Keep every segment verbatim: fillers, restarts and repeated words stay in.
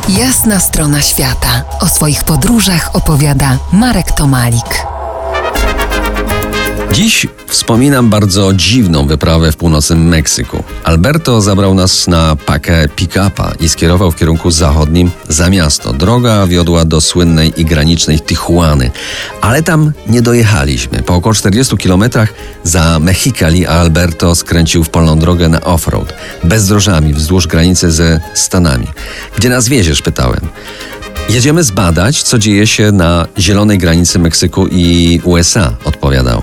Jasna strona świata. O swoich podróżach opowiada Marek Tomalik. Dziś wspominam bardzo dziwną wyprawę w północnym Meksyku. Alberto zabrał nas na pakę pick-upa i skierował w kierunku zachodnim za miasto. Droga wiodła do słynnej i granicznej Tijuany, ale tam nie dojechaliśmy. Po około czterdziestu kilometrach za Mexicali Alberto skręcił w polną drogę na off-road, bezdrożami wzdłuż granicy ze Stanami. Gdzie nas wieziesz? Pytałem. Jedziemy zbadać, co dzieje się na zielonej granicy Meksyku i U S A, odpowiadał.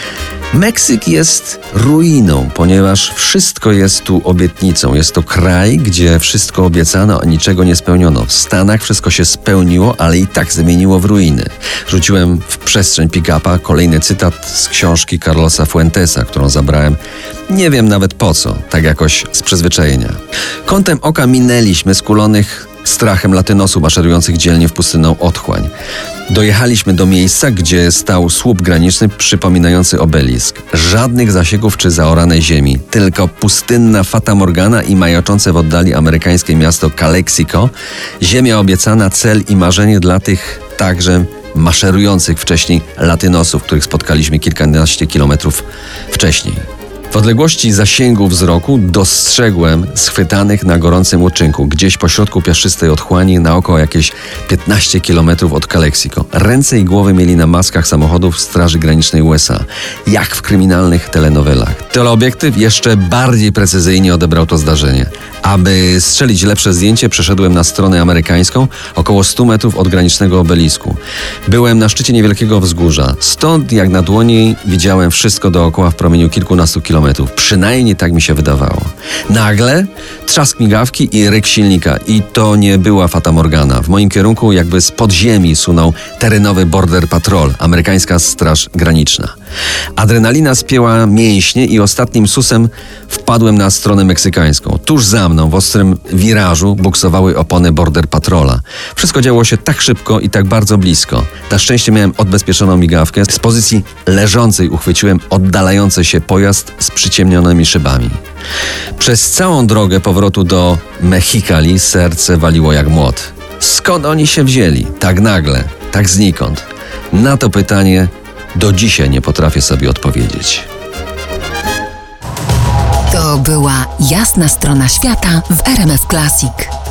Meksyk jest ruiną, ponieważ wszystko jest tu obietnicą. Jest to kraj, gdzie wszystko obiecano, a niczego nie spełniono. W Stanach wszystko się spełniło, ale i tak zamieniło w ruiny. Rzuciłem w przestrzeń pick-upa kolejny cytat z książki Carlosa Fuentesa, którą zabrałem. Nie wiem nawet po co, tak jakoś z przyzwyczajenia. Kątem oka minęliśmy skulonych strachem latynosów maszerujących dzielnie w pustynną otchłań. Dojechaliśmy do miejsca, gdzie stał słup graniczny przypominający obelisk. Żadnych zasięgów czy zaoranej ziemi, tylko pustynna Fata Morgana i majaczące w oddali amerykańskie miasto Calexico. Ziemia obiecana, cel i marzenie dla tych także maszerujących wcześniej latynosów, których spotkaliśmy kilkanaście kilometrów wcześniej. W odległości zasięgu wzroku dostrzegłem schwytanych na gorącym uczynku, gdzieś pośrodku piaszczystej otchłani, na około jakieś piętnaście kilometrów od Calexico. Ręce i głowy mieli na maskach samochodów Straży Granicznej U S A, jak w kryminalnych telenowelach. Teleobiektyw jeszcze bardziej precyzyjnie odebrał to zdarzenie. Aby strzelić lepsze zdjęcie, przeszedłem na stronę amerykańską, około stu metrów od granicznego obelisku. Byłem na szczycie niewielkiego wzgórza. Stąd, jak na dłoni, widziałem wszystko dookoła w promieniu kilkunastu kilometrów. Przynajmniej tak mi się wydawało. Nagle trzask migawki i ryk silnika. I to nie była Fata Morgana. W moim kierunku jakby z podziemi sunął terenowy Border Patrol, amerykańska straż graniczna. Adrenalina spięła mięśnie i ostatnim susem wpadłem na stronę meksykańską. Tuż za mną w ostrym wirażu buksowały opony Border Patrola. Wszystko działo się tak szybko i tak bardzo blisko. Na szczęście miałem odbezpieczoną migawkę. Z pozycji leżącej uchwyciłem oddalający się pojazd z przyciemnionymi szybami. Przez całą drogę powrotu do Mexicali serce waliło jak młot. Skąd oni się wzięli? Tak nagle, tak znikąd? Na to pytanie do dzisiaj nie potrafię sobie odpowiedzieć. To była Jasna strona świata w R M F Classic.